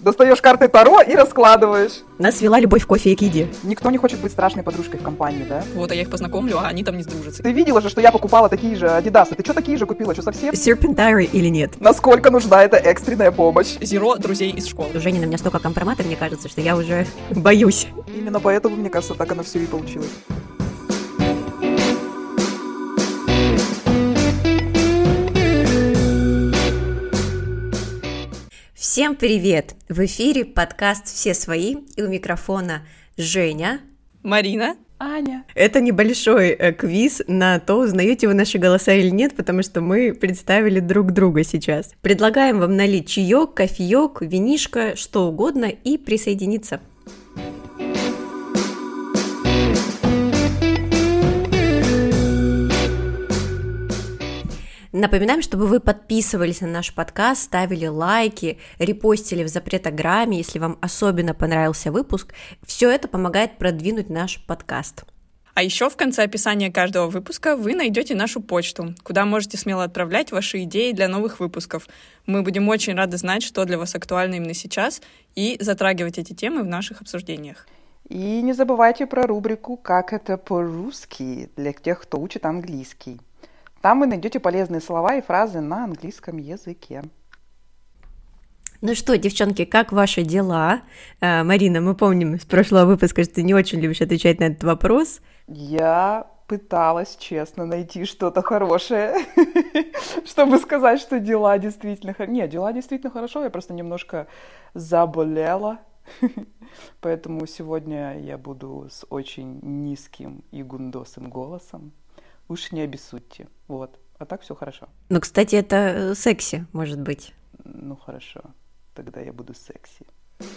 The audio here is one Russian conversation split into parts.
Достаешь карты Таро и раскладываешь. Нас свела любовь к кофе и к еде. Никто не хочет быть страшной подружкой в компании, да? Вот, а я их познакомлю, а они там не сдружатся. Ты видела же, что я покупала такие же Адидасы. Ты что такие же купила? Что совсем? Серпентайры или нет? Насколько нужна эта экстренная помощь? Зеро друзей из школы. У Жени на меня столько компромата, мне кажется, что я уже боюсь. Именно поэтому, мне кажется, так оно все и получилось. Всем привет! В эфире подкаст «Все свои» и у микрофона Женя, Марина, Аня. Это небольшой квиз на то, узнаете вы наши голоса или нет, потому что мы представили друг друга сейчас. Предлагаем вам налить чаек, кофеек, винишко, что угодно и присоединиться. Напоминаем, чтобы вы подписывались на наш подкаст, ставили лайки, репостили в запретограмме, если вам особенно понравился выпуск. Все это помогает продвинуть наш подкаст. А еще в конце описания каждого выпуска вы найдете нашу почту, куда можете смело отправлять ваши идеи для новых выпусков. Мы будем очень рады знать, что для вас актуально именно сейчас, и затрагивать эти темы в наших обсуждениях. И не забывайте про рубрику «Как это по-русски» для тех, кто учит английский. Там вы найдете полезные слова и фразы на английском языке. Ну что, девчонки, как ваши дела? Марина, мы помним с прошлого выпуска, что ты не очень любишь отвечать на этот вопрос. Я пыталась, честно, найти что-то хорошее, чтобы сказать, что дела действительно... Нет, дела действительно хорошо, я просто немножко заболела. Поэтому сегодня я буду с очень низким и гундосым голосом. Уж не обессудьте. Вот. А так все хорошо. Ну, кстати, это секси, может быть. Ну, хорошо. Тогда я буду секси.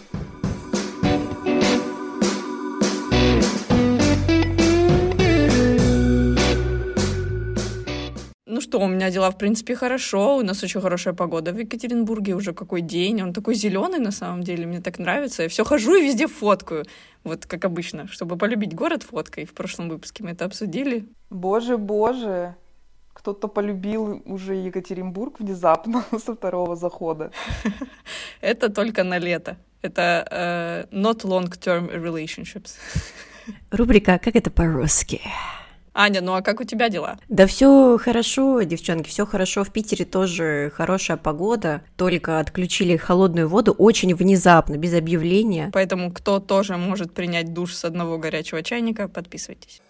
Ну что, у меня дела, в принципе, хорошо. У нас очень хорошая погода в Екатеринбурге. Уже какой день. Он такой зеленый, на самом деле. Мне так нравится. Я все хожу и везде фоткаю. Вот как обычно. Чтобы полюбить город фоткой. В прошлом выпуске мы это обсудили. Боже. Кто-то полюбил уже Екатеринбург внезапно со второго захода. Это только на лето. Это not long-term relationships. Рубрика «Как это по-русски?» Аня, ну а как у тебя дела? Да все хорошо, девчонки, все хорошо. В Питере тоже хорошая погода. Только отключили холодную воду очень внезапно, без объявления. Поэтому кто тоже может принять душ с одного горячего чайника, подписывайтесь.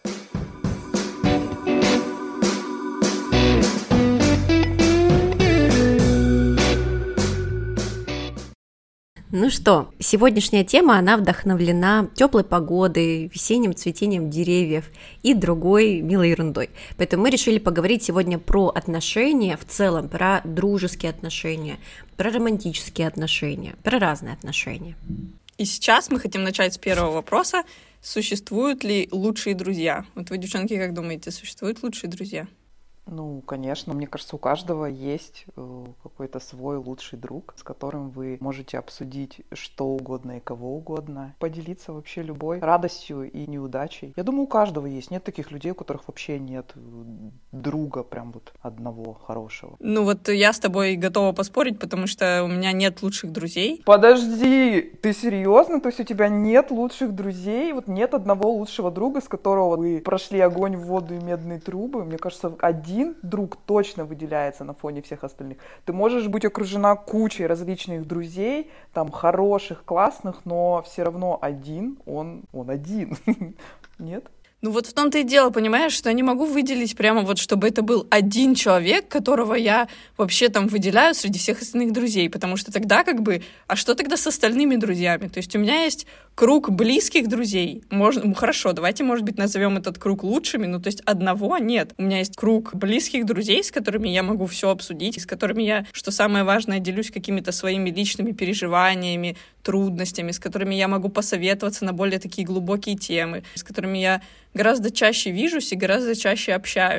Ну что, сегодняшняя тема, она вдохновлена теплой погодой, весенним цветением деревьев и другой милой ерундой. Поэтому мы решили поговорить сегодня про отношения в целом, про дружеские отношения, про романтические отношения, про разные отношения. И сейчас мы хотим начать с первого вопроса. Существуют ли лучшие друзья? Вот вы, девчонки, как думаете, существуют лучшие друзья? Ну, конечно, мне кажется, у каждого есть какой-то свой лучший друг, с которым вы можете обсудить что угодно и кого угодно, поделиться вообще любой радостью и неудачей. Я думаю, у каждого есть. Нет таких людей, у которых вообще нет друга прям вот одного хорошего. Ну вот я с тобой готова поспорить, потому что у меня нет лучших друзей. Подожди, ты серьезно? То есть у тебя нет лучших друзей? Вот нет одного лучшего друга, с которого вы прошли огонь, воду и медные трубы? Мне кажется, один друг точно выделяется на фоне всех остальных. Ты можешь быть окружена кучей различных друзей, там хороших, классных, но все равно он один. Нет? Ну вот в том-то и дело, понимаешь, что я не могу выделить прямо вот, чтобы это был один человек, которого я вообще там выделяю среди всех остальных друзей, потому что тогда а что тогда с остальными друзьями? То есть у меня есть круг близких друзей, хорошо, давайте, может быть, назовем этот круг лучшими, то есть одного нет. У меня есть круг близких друзей, с которыми я могу все обсудить, с которыми я, что самое важное, делюсь какими-то своими личными переживаниями, трудностями, с которыми я могу посоветоваться на более такие глубокие темы, с которыми я гораздо чаще вижусь и гораздо чаще общаюсь.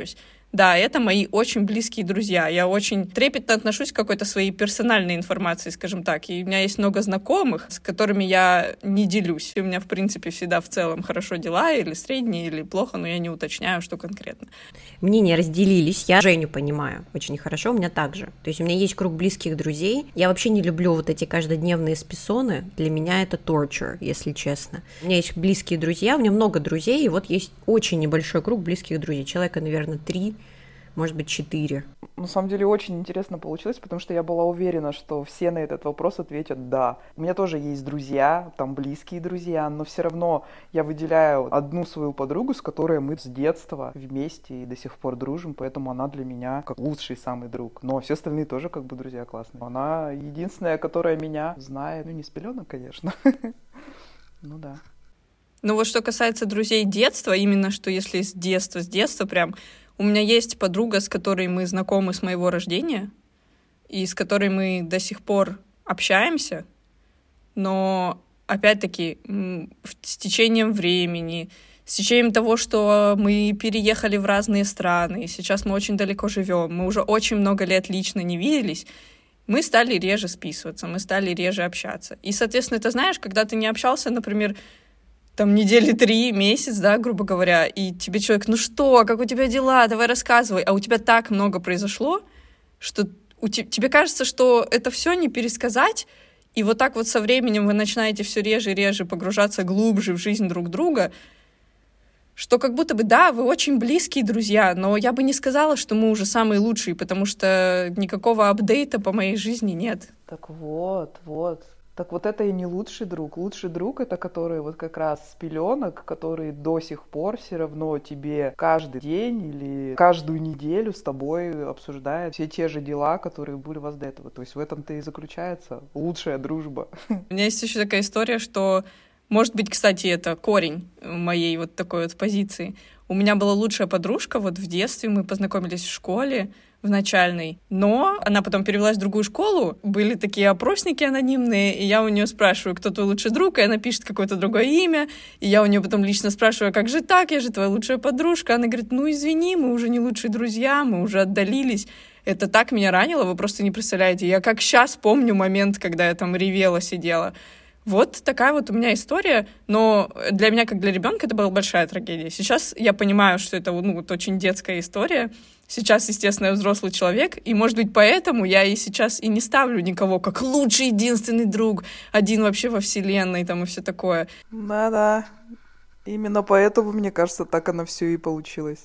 Да, это мои очень близкие друзья. Я очень трепетно отношусь к какой-то своей персональной информации, скажем так. И у меня есть много знакомых, с которыми я не делюсь. И у меня, в принципе, всегда в целом хорошо дела, или средние, или плохо, но я не уточняю, что конкретно. Мнения разделились. Я Женю понимаю очень хорошо, у меня также. То есть у меня есть круг близких друзей. Я вообще не люблю вот эти каждодневные списоны. Для меня это torture, если честно. У меня есть близкие друзья, у меня много друзей, и вот есть очень небольшой круг близких друзей. Человека, наверное, 3, может быть, 4. На самом деле очень интересно получилось, потому что я была уверена, что все на этот вопрос ответят «да». У меня тоже есть друзья, там близкие друзья, но все равно я выделяю одну свою подругу, с которой мы с детства вместе и до сих пор дружим, поэтому она для меня как лучший самый друг. Но все остальные тоже как бы друзья классные. Она единственная, которая меня знает, ну не с пеленок, конечно. Ну да. Ну вот что касается друзей детства, именно что если с детства прям... У меня есть подруга, с которой мы знакомы с моего рождения, и с которой мы до сих пор общаемся, но, опять-таки, с течением времени, с течением того, что мы переехали в разные страны, и сейчас мы очень далеко живем, мы уже очень много лет лично не виделись, мы стали реже списываться, мы стали реже общаться. И, соответственно, ты знаешь, когда ты не общался, например, там недели 3, месяц, да, грубо говоря, и тебе человек, ну что, как у тебя дела, давай рассказывай, а у тебя так много произошло, что тебе кажется, что это все не пересказать, и вот так вот со временем вы начинаете все реже и реже погружаться глубже в жизнь друг друга, что как будто бы, да, вы очень близкие друзья, но я бы не сказала, что мы уже самые лучшие, потому что никакого апдейта по моей жизни нет. Так вот. Так вот это и не лучший друг. Лучший друг — это который вот как раз с пеленок, который до сих пор все равно тебе каждый день или каждую неделю с тобой обсуждает все те же дела, которые были у вас до этого. То есть в этом-то и заключается лучшая дружба. У меня есть еще такая история, что, может быть, кстати, это корень моей вот такой вот позиции. У меня была лучшая подружка вот в детстве, мы познакомились в школе, в начальной, но она потом перевелась в другую школу, были такие опросники анонимные, и я у нее спрашиваю, кто твой лучший друг, и она пишет какое-то другое имя, и я у нее потом лично спрашиваю, как же так, я же твоя лучшая подружка, она говорит, ну извини, мы уже не лучшие друзья, мы уже отдалились. Это так меня ранило, вы просто не представляете. Я как сейчас помню момент, когда я там ревела, сидела. Вот такая вот у меня история, но для меня, как для ребенка, это была большая трагедия. Сейчас я понимаю, что это вот очень детская история. Сейчас, естественно, я взрослый человек, и, может быть, поэтому я и сейчас и не ставлю никого как лучший, единственный друг, один вообще во вселенной, там, и все такое. Да-да, именно поэтому, мне кажется, так оно все и получилось.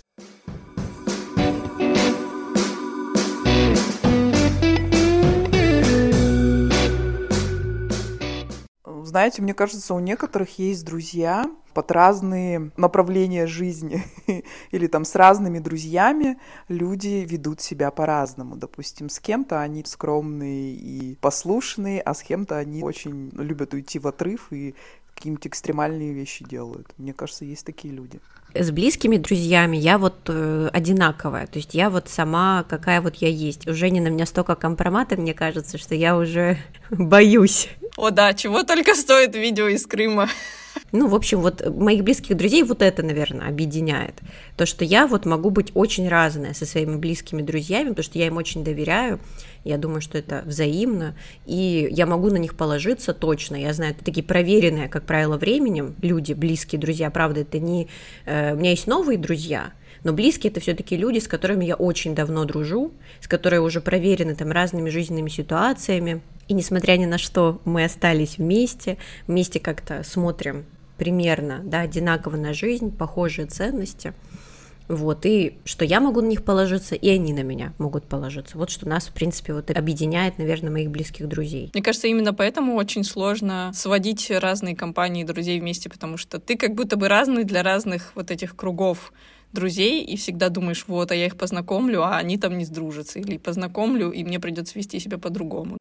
Знаете, мне кажется, у некоторых есть друзья под разные направления жизни или там с разными друзьями люди ведут себя по-разному. Допустим, с кем-то они скромные и послушные, а с кем-то они очень любят уйти в отрыв и какие-нибудь экстремальные вещи делают. Мне кажется, есть такие люди. С близкими друзьями я вот одинаковая, то есть я вот сама, какая вот я есть. У Жени на меня столько компромата, мне кажется, что я уже боюсь. О да, чего только стоит видео из Крыма. Ну, в общем, вот моих близких друзей вот это, наверное, объединяет. То, что я вот могу быть очень разная со своими близкими друзьями, потому что я им очень доверяю, я думаю, что это взаимно, и я могу на них положиться точно. Я знаю, это такие проверенные, как правило, временем люди, близкие друзья, правда, это не... У меня есть новые друзья, но близкие — это все-таки люди, с которыми я очень давно дружу, с которыми уже проверены там разными жизненными ситуациями. И несмотря ни на что, мы остались вместе как-то смотрим примерно, да, одинаково на жизнь, похожие ценности. Вот, и что я могу на них положиться, и они на меня могут положиться. Вот что нас, в принципе, вот объединяет, наверное, моих близких друзей. Мне кажется, именно поэтому очень сложно сводить разные компании друзей вместе, потому что ты как будто бы разный для разных вот этих кругов друзей, и всегда думаешь, вот, а я их познакомлю, а они там не сдружатся, или познакомлю, и мне придется вести себя по-другому.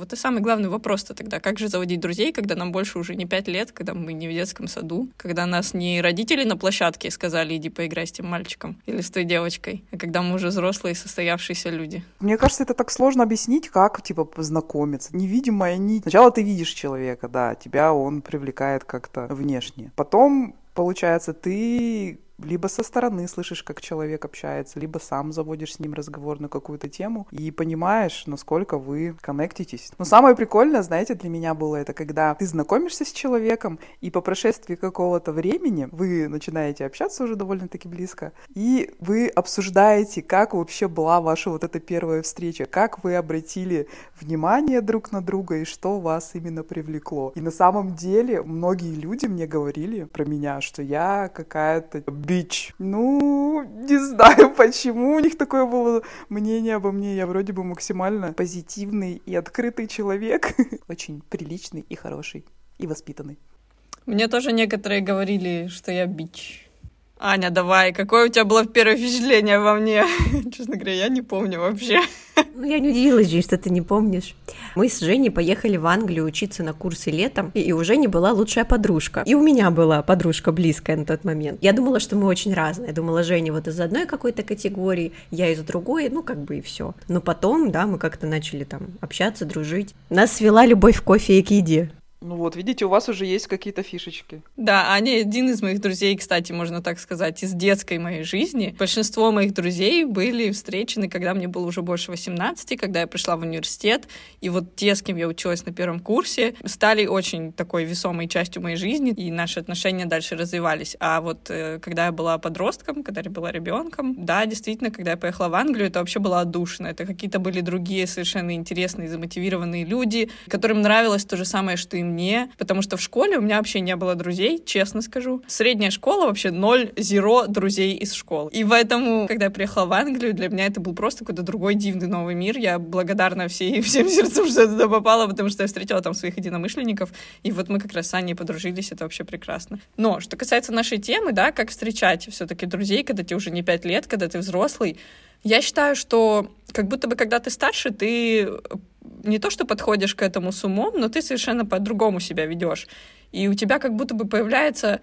Вот и самый главный вопрос-то тогда, как же заводить друзей, когда нам больше уже не 5 лет, когда мы не в детском саду, когда нас не родители на площадке сказали, иди поиграй с тем мальчиком или с той девочкой, а когда мы уже взрослые состоявшиеся люди. Мне кажется, это так сложно объяснить, как, познакомиться. Невидимая нить. Сначала ты видишь человека, да, тебя он привлекает как-то внешне. Потом, получается, ты либо со стороны слышишь, как человек общается, либо сам заводишь с ним разговор на какую-то тему и понимаешь, насколько вы коннектитесь. Но самое прикольное, знаете, для меня было это, когда ты знакомишься с человеком, и по прошествии какого-то времени вы начинаете общаться уже довольно-таки близко, и вы обсуждаете, как вообще была ваша вот эта первая встреча, как вы обратили внимание друг на друга и что вас именно привлекло. И на самом деле многие люди мне говорили про меня, что я какая-то бич. Ну, не знаю почему у них такое было мнение обо мне. Я вроде бы максимально позитивный и открытый человек. Очень приличный и хороший, и воспитанный. Мне тоже некоторые говорили, что я бич. Аня, давай, какое у тебя было первое впечатление во мне? Честно говоря, я не помню вообще. Ну, я не удивилась, Жень, что ты не помнишь. Мы с Женей поехали в Англию учиться на курсы летом, и у Жени была лучшая подружка. И у меня была подружка близкая на тот момент. Я думала, что мы очень разные. Я думала, Женя вот из одной какой-то категории, я из другой, и все. Но потом, да, мы как-то начали там общаться, дружить. Нас свела любовь к кофе и к еде. Ну вот, видите, у вас уже есть какие-то фишечки. Да, Аня один из моих друзей, кстати, можно так сказать, из детской моей жизни. Большинство моих друзей были встречены, когда мне было уже больше 18, когда я пришла в университет. И вот те, с кем я училась на первом курсе, стали очень такой весомой частью моей жизни, и наши отношения дальше развивались. А вот когда я была подростком, когда я была ребенком, да, действительно, когда я поехала в Англию, это вообще было отдушина. Это какие-то были другие совершенно интересные, замотивированные люди, которым нравилось то же самое, что и мне, потому что в школе у меня вообще не было друзей, честно скажу. Средняя школа вообще 0-0 друзей из школы. И поэтому, когда я приехала в Англию, для меня это был просто какой-то другой дивный новый мир. Я благодарна всем сердцем, что я туда попала, потому что я встретила там своих единомышленников, и вот мы как раз с Аней подружились, это вообще прекрасно. Но, что касается нашей темы, да, как встречать все-таки друзей, когда тебе уже не 5 лет, когда ты взрослый, я считаю, что как будто бы, когда ты старше, ты не то что подходишь к этому с умом, но ты совершенно по-другому себя ведешь. И у тебя как будто бы появляется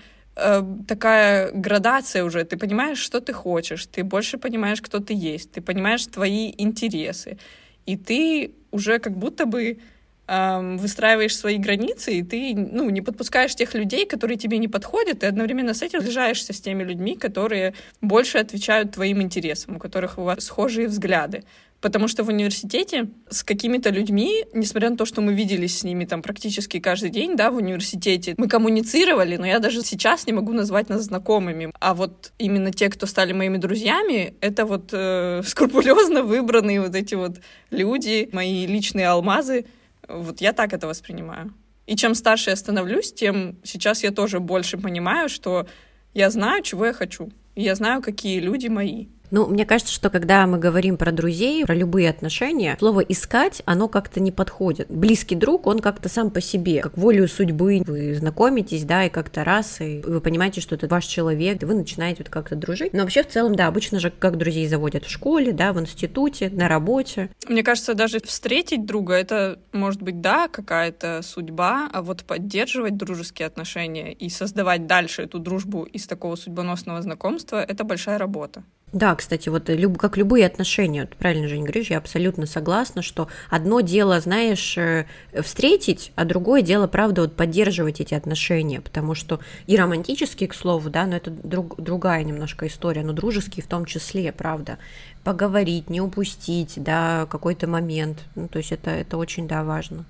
такая градация уже. Ты понимаешь, что ты хочешь, ты больше понимаешь, кто ты есть, ты понимаешь твои интересы. И ты уже как будто бы выстраиваешь свои границы, и ты не подпускаешь тех людей, которые тебе не подходят, и одновременно с этим сближаешься с теми людьми, которые больше отвечают твоим интересам, у которых у вас схожие взгляды. Потому что в университете с какими-то людьми, несмотря на то, что мы виделись с ними там практически каждый день, да, в университете, мы коммуницировали, но я даже сейчас не могу назвать нас знакомыми. А вот именно те, кто стали моими друзьями, это вот скрупулезно выбранные вот эти вот люди, мои личные алмазы. Вот я так это воспринимаю. И чем старше я становлюсь, тем сейчас я тоже больше понимаю, что я знаю, чего я хочу. И я знаю, какие люди мои. Мне кажется, что когда мы говорим про друзей, про любые отношения, слово «искать», оно как-то не подходит. Близкий друг, он как-то сам по себе, как волею судьбы. Вы знакомитесь, да, и как-то раз, и вы понимаете, что это ваш человек, и вы начинаете вот как-то дружить. Но вообще, в целом, да, обычно же как друзей заводят в школе, да, в институте, на работе. Мне кажется, даже встретить друга, это может быть, да, какая-то судьба, а вот поддерживать дружеские отношения и создавать дальше эту дружбу из такого судьбоносного знакомства, это большая работа. Да, кстати, вот как любые отношения, вот правильно, Жень, говоришь, я абсолютно согласна, что одно дело, знаешь, встретить, а другое дело, правда, вот поддерживать эти отношения, потому что и романтические, к слову, да, но это другая немножко история, но дружеские в том числе, правда, поговорить, не упустить, да, какой-то момент, то есть это очень, да, важно.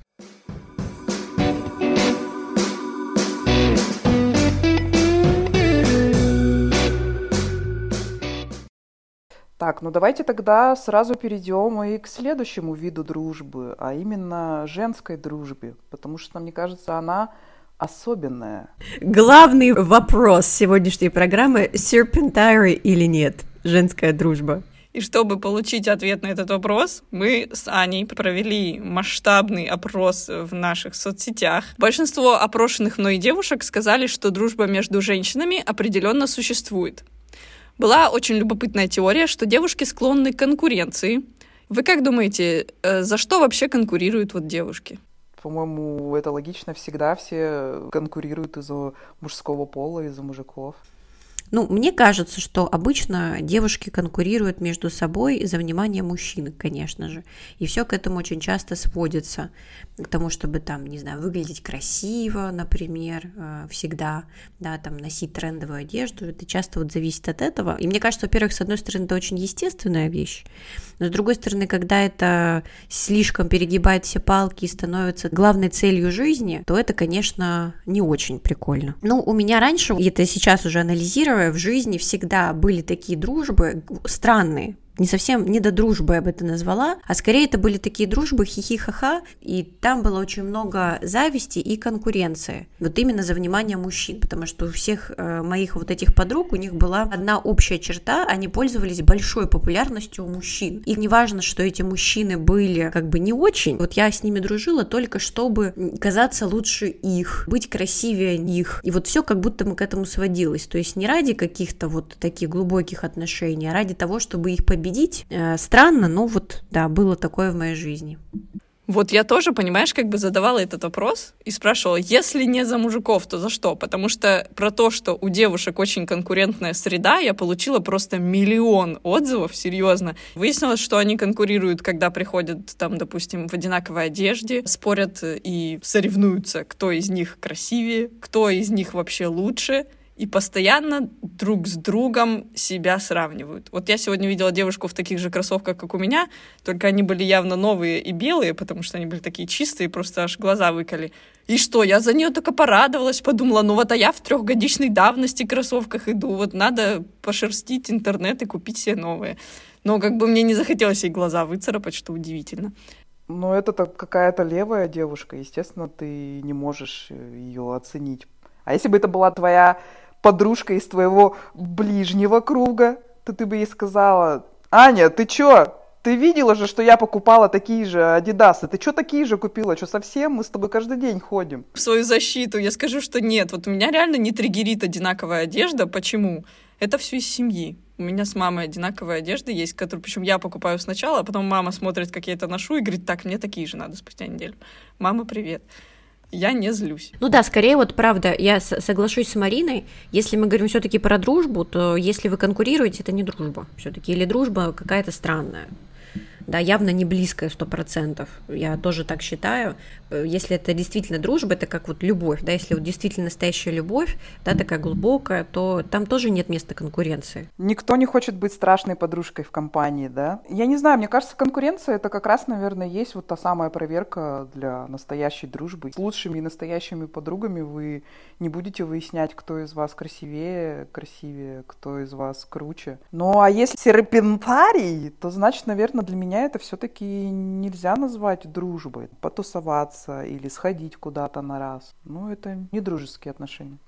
Так, давайте тогда сразу перейдем и к следующему виду дружбы, а именно женской дружбе, потому что, мне кажется, она особенная. Главный вопрос сегодняшней программы – серпентари или нет, женская дружба? И чтобы получить ответ на этот вопрос, мы с Аней провели масштабный опрос в наших соцсетях. Большинство опрошенных мной девушек сказали, что дружба между женщинами определенно существует. Была очень любопытная теория, что девушки склонны к конкуренции, Вы как думаете, за что вообще конкурируют вот девушки? По-моему, это логично. Всегда все конкурируют из-за мужского пола, из-за мужиков. Ну, мне кажется, что обычно девушки конкурируют между собой за внимание мужчин, конечно же. И все к этому очень часто сводится. К тому, чтобы там, не знаю, выглядеть красиво, например, всегда, да, там носить трендовую одежду. Это часто вот зависит от этого. И мне кажется, во-первых, с одной стороны, это очень естественная вещь. Но с другой стороны, когда это слишком перегибает все палки и становится главной целью жизни, то это, конечно, не очень прикольно. Ну, у меня раньше, и это сейчас уже анализируя, в жизни всегда были такие дружбы странные. Не совсем не до дружбы я бы это назвала, а скорее это были такие дружбы хихи-ха-ха, и там было очень много зависти и конкуренции. Вот именно за внимание мужчин, потому что у всех моих вот этих подруг, у них была одна общая черта, они пользовались большой популярностью у мужчин. И неважно, что эти мужчины были как бы не очень, вот я с ними дружила только чтобы казаться лучше их, быть красивее них. И вот все как будто мы к этому сводилось. То есть не ради каких-то вот таких глубоких отношений, а ради того, чтобы их победить. Странно, но вот, да, было такое в моей жизни. Вот я тоже, понимаешь, как бы задавала этот вопрос и спрашивала, если не за мужиков, то за что? Потому что про то, что у девушек очень конкурентная среда, я получила просто миллион отзывов, серьезно. Выяснилось, что они конкурируют, когда приходят, там, допустим, в одинаковой одежде, спорят и соревнуются, кто из них красивее, кто из них вообще лучше. И постоянно друг с другом себя сравнивают. Вот я сегодня видела девушку в таких же кроссовках, как у меня, только они были явно новые и белые, потому что они были такие чистые, просто аж глаза выколи. И что, я за нее только порадовалась, подумала, ну вот, а я в 3-годичной давности кроссовках иду, вот надо пошерстить интернет и купить себе новые. Но как бы мне не захотелось ей глаза выцарапать, что удивительно. Но это какая-то левая девушка, естественно, ты не можешь ее оценить. А если бы это была твоя подружка из твоего ближнего круга, то ты бы ей сказала: Аня, ты чё? Ты видела же, что я покупала такие же Адидасы? Ты чё такие же купила? Чё, совсем? Мы с тобой каждый день ходим. В свою защиту я скажу, что нет. Вот у меня реально не триггерит одинаковая одежда. Почему? Это все из семьи. У меня с мамой одинаковая одежда есть, которую, причем я покупаю сначала, а потом мама смотрит, как я это ношу, и говорит: так, мне такие же надо спустя неделю. Мама, привет. Я не злюсь. Ну да, скорее вот правда, я соглашусь с Мариной, если мы говорим все-таки про дружбу, то если вы конкурируете, это не дружба все-таки, или дружба какая-то странная. Да, явно не близкая 100%, я тоже так считаю. Если это действительно дружба, это как вот любовь, да, если вот действительно настоящая любовь, да, такая глубокая, то там тоже нет места конкуренции. Никто не хочет быть страшной подружкой в компании, да? Я не знаю, мне кажется, конкуренция — это как раз, наверное, есть вот та самая проверка для настоящей дружбы. С лучшими и настоящими подругами вы не будете выяснять, кто из вас красивее, кто из вас круче. Ну, а если серпентарий, то, значит, наверное, для меня это все-таки нельзя назвать дружбой. Потусоваться или сходить куда-то на раз. Ну, это не дружеские отношения.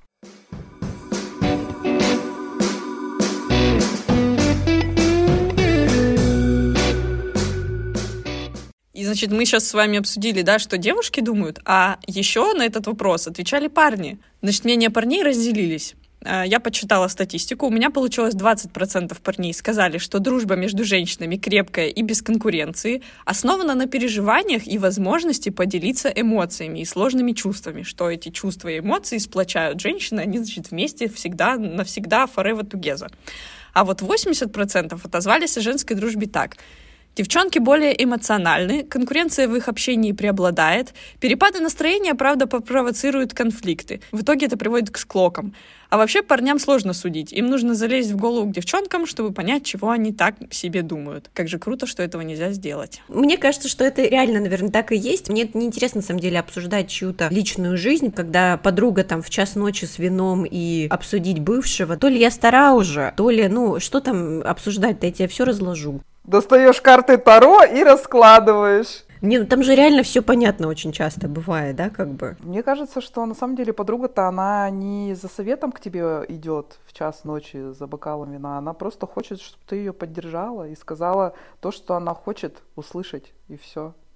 И, значит, мы сейчас с вами обсудили, да, что девушки думают, а еще на этот вопрос отвечали парни. Значит, мнения парней разделились. Я почитала статистику, у меня получилось 20% парней сказали, что дружба между женщинами крепкая и без конкуренции, основана на переживаниях и возможности поделиться эмоциями и сложными чувствами, что эти чувства и эмоции сплочают женщин, они, значит, вместе всегда, навсегда, forever together. А вот 80% отозвались о женской дружбе так: девчонки более эмоциональны, конкуренция в их общении преобладает, перепады настроения, правда, провоцируют конфликты. В итоге это приводит к склокам. А вообще парням сложно судить. Им нужно залезть в голову к девчонкам, чтобы понять, чего они так себе думают. Как же круто, что этого нельзя сделать. Мне кажется, что это реально, наверное, так и есть. Мне это неинтересно, на самом деле, обсуждать чью-то личную жизнь, когда подруга там в час ночи с вином и обсудить бывшего. То ли я стара уже, то ли, ну, что там обсуждать-то, я тебе все разложу. Достаешь карты Таро и раскладываешь. Не, ну там же реально все понятно очень часто бывает, да, как бы. Мне кажется, что на самом деле подруга-то, она не за советом к тебе идет в час ночи за бокалом вина, она просто хочет, чтобы ты ее поддержала и сказала то, что она хочет услышать, и все.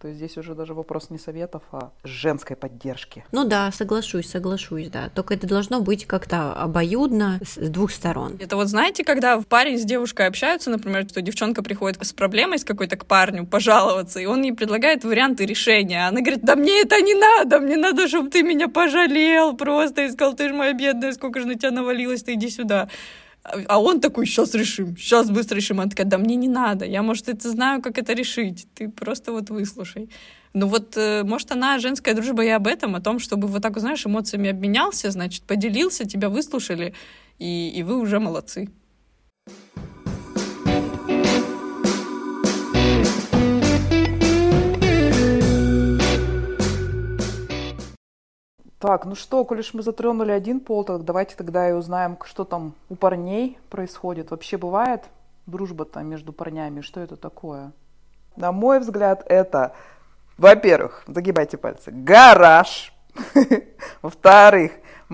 То есть здесь уже даже вопрос не советов, а женской поддержки. Ну да, соглашусь, да. Только это должно быть как-то обоюдно с двух сторон. Это вот знаете, когда парень с девушкой общаются, например, что девчонка приходит с проблемой с какой-то к парню пожаловаться, и он ей предлагает варианты решения. Она говорит: да мне это не надо, мне надо, чтобы ты меня пожалел просто и сказал: ты же моя бедная, сколько же на тебя навалилось, ты иди сюда. А он такой: сейчас решим, сейчас быстро решим. Она такая: да мне не надо, я, может, это знаю, как это решить, ты просто вот выслушай. Ну вот, может, она, женская дружба, и об этом, о том, чтобы вот так, знаешь, эмоциями обменялся, значит, поделился, тебя выслушали, и вы уже молодцы. Так, ну что, коль уж мы затронули один пол, так давайте тогда и узнаем, что там у парней происходит. Вообще бывает дружба-то между парнями? Что это такое? На мой взгляд, это, во-первых, загибайте пальцы, гараж. Во-вторых,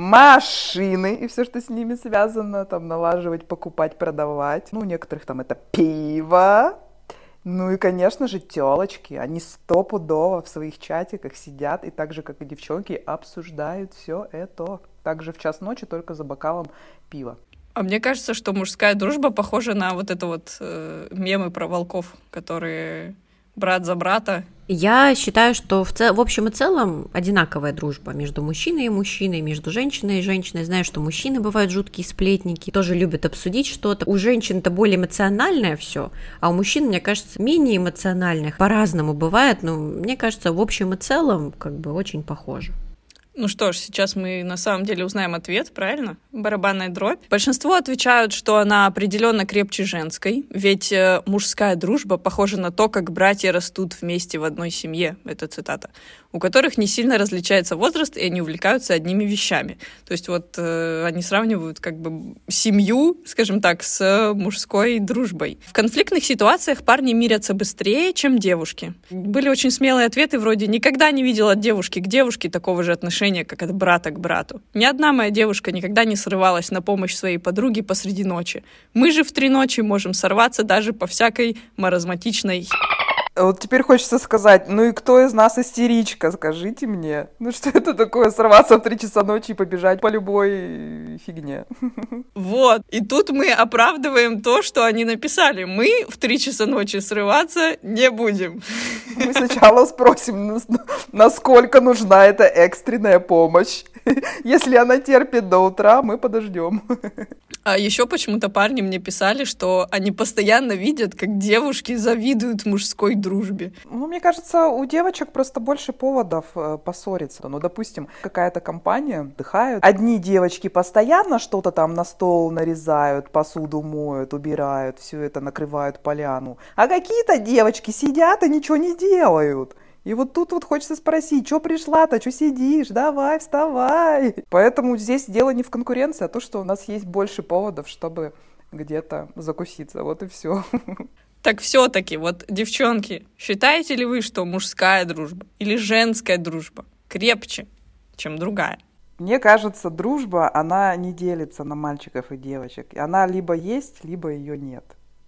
машины и все, что с ними связано, там налаживать, покупать, продавать. Ну, у некоторых там это пиво. Ну и, конечно же, тёлочки, они стопудово в своих чатиках сидят и так же, как и девчонки, обсуждают все это. Также в час ночи, только за бокалом пива. А мне кажется, что мужская дружба похожа на вот это вот мемы про волков, которые брат за брата. Я считаю, что в общем и целом одинаковая дружба между мужчиной и мужчиной, между женщиной и женщиной. Знаю, что мужчины бывают жуткие сплетники, тоже любят обсудить что-то. У женщин это более эмоциональное все, а у мужчин, мне кажется, менее эмоциональных. По-разному бывает, но мне кажется, в общем и целом как бы очень похоже. Ну что ж, сейчас мы на самом деле узнаем ответ, правильно? Барабанная дробь. Большинство отвечают, что она определенно крепче женской, ведь мужская дружба похожа на то, как братья растут вместе в одной семье, это цитата, у которых не сильно различается возраст, и они увлекаются одними вещами. То есть вот они сравнивают как бы семью, скажем так, с мужской дружбой. В конфликтных ситуациях парни мирятся быстрее, чем девушки. Были очень смелые ответы вроде: никогда не видела от девушки к девушке такого же отношения, как от брата к брату. Ни одна моя девушка никогда не срывалась на помощь своей подруге посреди ночи. Мы же в 3 ночи можем сорваться даже по всякой маразматичной... Вот теперь хочется сказать: ну и кто из нас истеричка, скажите мне. Ну что это такое, сорваться в 3 часа ночи и побежать по любой фигне? Вот, и тут мы оправдываем то, что они написали. Мы в 3 часа ночи срываться не будем. Мы сначала спросим, насколько нужна эта экстренная помощь. Если она терпит до утра, мы подождем. А еще почему-то парни мне писали, что они постоянно видят, как девушки завидуют мужской дружбе. Ну, мне кажется, у девочек просто больше поводов поссориться. Ну, допустим, какая-то компания отдыхают. Одни девочки постоянно что-то там на стол нарезают, посуду моют, убирают, все это накрывают поляну. А какие-то девочки сидят и ничего не делают. И вот тут вот хочется спросить: что пришла-то, что сидишь, давай, вставай. Поэтому здесь дело не в конкуренции, а то, что у нас есть больше поводов, чтобы где-то закуситься, вот и все. Так все-таки, вот, девчонки, считаете ли вы, что мужская дружба или женская дружба крепче, чем другая? Мне кажется, дружба, она не делится на мальчиков и девочек. Она либо есть, либо ее нет.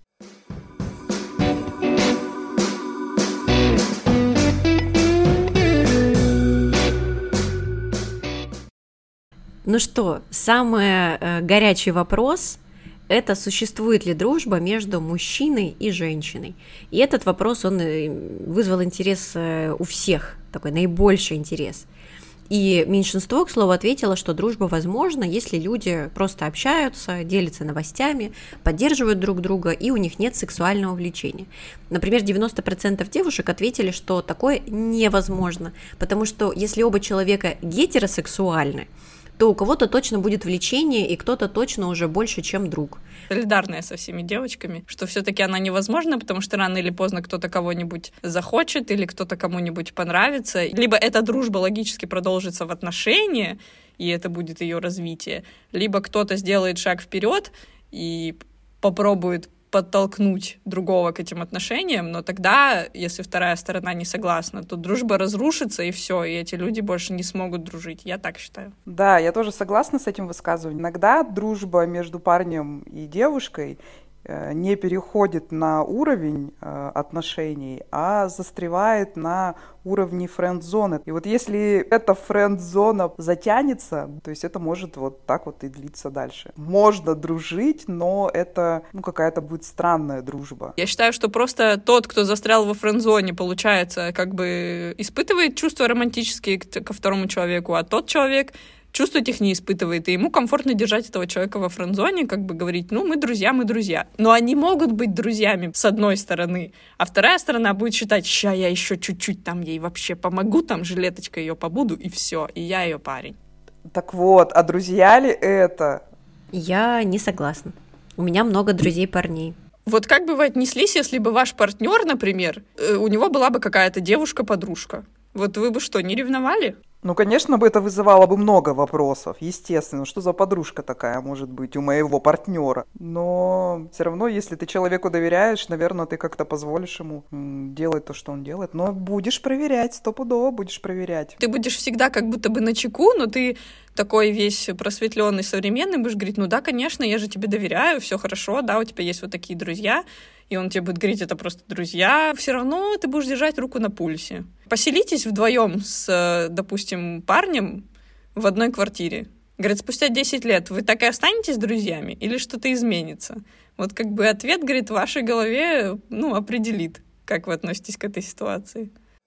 Ну что, самый горячий вопрос – это существует ли дружба между мужчиной и женщиной. И этот вопрос, он вызвал интерес у всех, такой наибольший интерес. И меньшинство, к слову, ответило, что дружба возможна, если люди просто общаются, делятся новостями, поддерживают друг друга, и у них нет сексуального влечения. Например, 90% девушек ответили, что такое невозможно, потому что если оба человека гетеросексуальны, то у кого-то точно будет влечение, и кто-то точно уже больше, чем друг. Солидарная со всеми девочками, что все-таки она невозможна, потому что рано или поздно кто-то кого-нибудь захочет, или кто-то кому-нибудь понравится. Либо эта дружба логически продолжится в отношения, и это будет ее развитие, либо кто-то сделает шаг вперед и попробует подтолкнуть другого к этим отношениям, но тогда, если вторая сторона не согласна, то дружба разрушится, и все, и эти люди больше не смогут дружить. Я так считаю. Да, я тоже согласна с этим высказыванием. Иногда дружба между парнем и девушкой не переходит на уровень отношений, а застревает на уровне френд-зоны. И вот если эта френд-зона затянется, то есть это может вот так вот и длиться дальше. Можно дружить, но это какая-то будет странная дружба. Я считаю, что просто тот, кто застрял во френд-зоне, получается, как бы испытывает чувства романтические ко второму человеку, а тот человек чувств этих не испытывает, и ему комфортно держать этого человека во френд-зоне, как бы говорить, мы друзья, мы друзья. Но они могут быть друзьями с одной стороны, а вторая сторона будет считать, ща я еще чуть-чуть там ей вообще помогу, там жилеточкой ее побуду, и все, и я ее парень. Так вот, а друзья ли это? Я не согласна. У меня много друзей-парней. Вот как бы вы отнеслись, если бы ваш партнер, например, у него была бы какая-то девушка-подружка? Вот вы бы что, не ревновали? Конечно, бы это вызывало бы много вопросов, естественно. Что за подружка такая может быть у моего партнера? Но все равно, если ты человеку доверяешь, наверное, ты как-то позволишь ему делать то, что он делает. Но будешь проверять, стопудово будешь проверять. Ты будешь всегда как будто бы начеку, но ты такой весь просветленный, современный, будешь говорить, да, конечно, я же тебе доверяю, все хорошо, да, у тебя есть вот такие друзья, и он тебе будет говорить, это просто друзья, все равно ты будешь держать руку на пульсе. Поселитесь вдвоем с, допустим, парнем в одной квартире. Говорит, спустя 10 лет вы так и останетесь друзьями или что-то изменится? Вот как бы ответ, говорит, в вашей голове, определит, как вы относитесь к этой ситуации.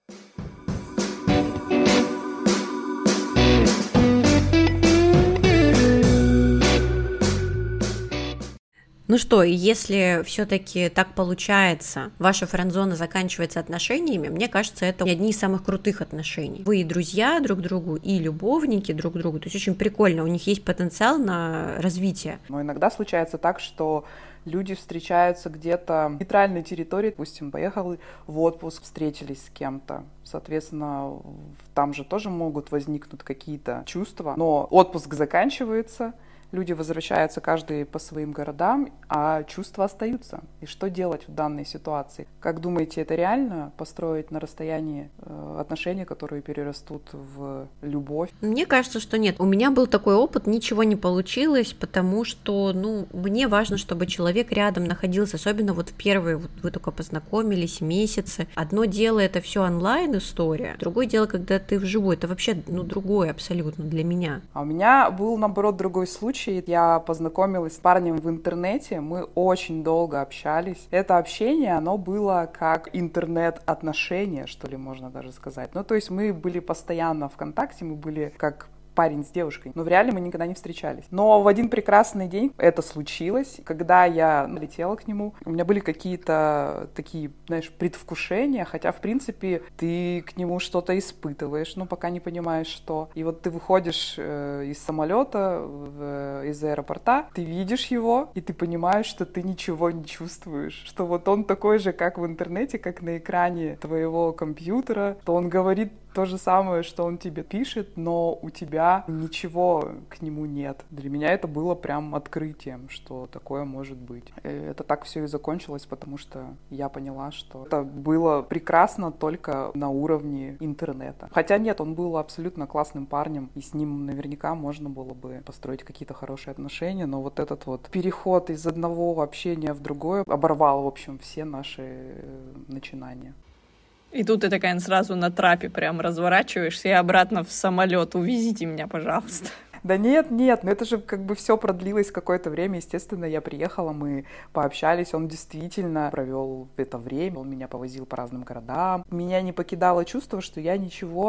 Ну что, если все-таки так получается, ваша френд-зона заканчивается отношениями, мне кажется, это одни из самых крутых отношений. Вы и друзья друг другу, и любовники друг другу, то есть очень прикольно, у них есть потенциал на развитие. Но иногда случается так, что люди встречаются где-то в нейтральной территории, допустим, поехали в отпуск, встретились с кем-то. Соответственно, там же тоже могут возникнуть какие-то чувства, но отпуск заканчивается, люди возвращаются каждый по своим городам, а чувства остаются. И что делать в данной ситуации? Как думаете, это реально построить на расстоянии отношения, которые перерастут в любовь? Мне кажется, что нет. У меня был такой опыт, ничего не получилось, потому что, мне важно, чтобы человек рядом находился, особенно вот в первые, вы только познакомились, месяцы. Одно дело, это все онлайн-история, другое дело, когда ты вживую. Это вообще, другое абсолютно для меня. А у меня был, наоборот, другой случай. Я познакомилась с парнем в интернете, мы очень долго общались. Это общение, оно было как интернет-отношения, что ли, можно даже сказать. То есть мы были постоянно в контакте, мы были как парень с девушкой, но в реале мы никогда не встречались. Но в один прекрасный день это случилось, когда я летела к нему, у меня были какие-то такие, предвкушения, хотя, в принципе, ты к нему что-то испытываешь, пока не понимаешь, что. И вот ты выходишь из самолета, из аэропорта, ты видишь его, и ты понимаешь, что ты ничего не чувствуешь, что вот он такой же, как в интернете, как на экране твоего компьютера, то он говорит то же самое, что он тебе пишет, но у тебя ничего к нему нет. Для меня это было прям открытием, что такое может быть. И это так все и закончилось, потому что я поняла, что это было прекрасно только на уровне интернета. Хотя нет, он был абсолютно классным парнем, и с ним наверняка можно было бы построить какие-то хорошие отношения, но вот этот вот переход из одного общения в другое оборвал, в общем, все наши начинания. И тут ты такая сразу на трапе прям разворачиваешься и обратно в самолет. Увезите меня, пожалуйста. Да нет, но это же как бы все продлилось какое-то время. Естественно, я приехала, мы пообщались, он действительно провел это время, он меня повозил по разным городам. Меня не покидало чувство, что я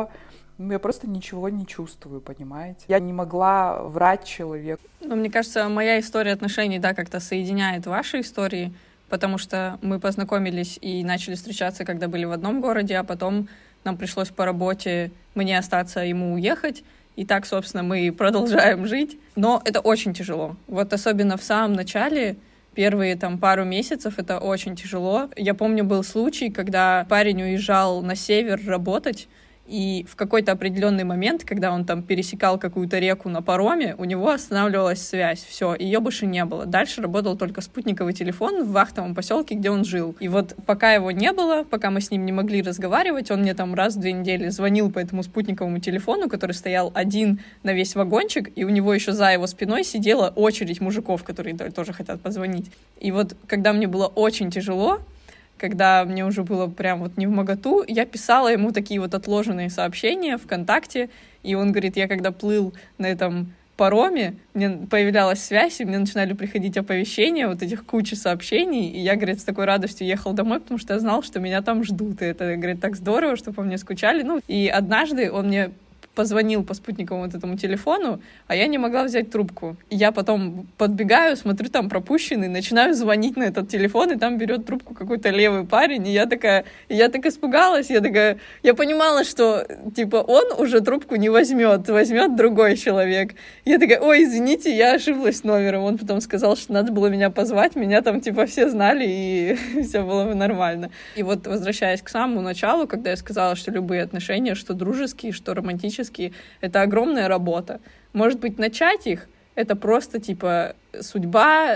просто ничего не чувствую, понимаете? Я не могла врать человеку. Мне кажется, моя история отношений, как-то соединяет ваши истории, потому что мы познакомились и начали встречаться, когда были в одном городе, а потом нам пришлось по работе мне остаться, ему уехать. И так, собственно, мы продолжаем жить. Но это очень тяжело. Вот особенно в самом начале, первые пару месяцев, это очень тяжело. Я помню, был случай, когда парень уезжал на север работать, И в какой-то определенный момент, когда он там пересекал какую-то реку на пароме, у него останавливалась связь. Все, ее больше не было. Дальше работал только спутниковый телефон в вахтовом поселке, где он жил. И вот пока его не было, пока мы с ним не могли разговаривать, он мне там раз в 2 недели звонил по этому спутниковому телефону, который стоял один на весь вагончик, и у него еще за его спиной сидела очередь мужиков, которые тоже хотят позвонить. И вот когда мне было очень тяжело, когда мне уже было прям вот невмоготу, я писала ему такие вот отложенные сообщения ВКонтакте, и он говорит, я когда плыл на этом пароме, мне появлялась связь, и мне начинали приходить оповещения, вот этих кучи сообщений, и я, говорит, с такой радостью ехал домой, потому что я знал, что меня там ждут, и это, говорит, так здорово, что по мне скучали. Ну, и однажды он мне позвонил по спутниковому вот этому телефону, а я не могла взять трубку. И я потом подбегаю, смотрю, там пропущенный, начинаю звонить на этот телефон, и там берет трубку какой-то левый парень, и я так испугалась, я понимала, что, типа, он уже трубку не возьмет другой человек. Я такая, ой, извините, я ошиблась номером. Он потом сказал, что надо было меня позвать, меня там, типа, все знали, и все было бы нормально. И вот, возвращаясь к самому началу, когда я сказала, что любые отношения, что дружеские, что романтические, это огромная работа. Может быть, начать их — это просто, типа, судьба,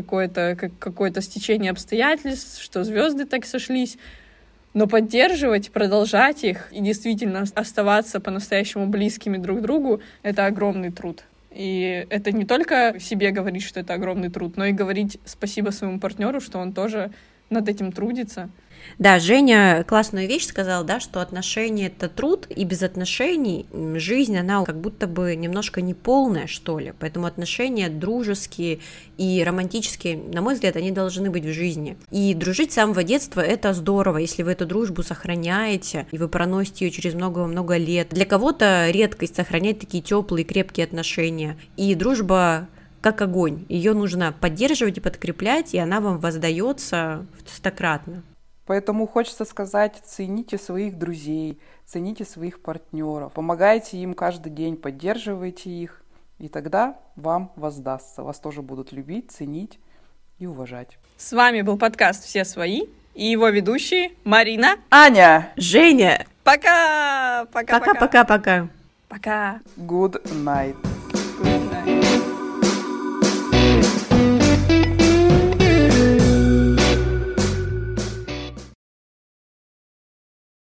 какое-то стечение обстоятельств, что звезды так сошлись. Но поддерживать, продолжать их и действительно оставаться по-настоящему близкими друг к другу — это огромный труд. И это не только себе говорить, что это огромный труд, но и говорить спасибо своему партнеру, что он тоже над этим трудится. Да, Женя классную вещь сказала, да, что отношения — это труд, и без отношений жизнь, она как будто бы немножко неполная, что ли. Поэтому отношения дружеские и романтические, на мой взгляд, они должны быть в жизни. И дружить с самого детства — это здорово, если вы эту дружбу сохраняете, и вы проносите ее через много-много лет. Для кого-то редкость сохранять такие теплые, крепкие отношения. И дружба как огонь, ее нужно поддерживать и подкреплять, и она вам воздается стократно. Поэтому хочется сказать, цените своих друзей, цените своих партнеров, помогайте им каждый день, поддерживайте их, и тогда вам воздастся. Вас тоже будут любить, ценить и уважать. С вами был подкаст «Все свои» и его ведущие Марина, Аня, Женя. Пока! Пока-пока-пока. Пока. Good night. Good night.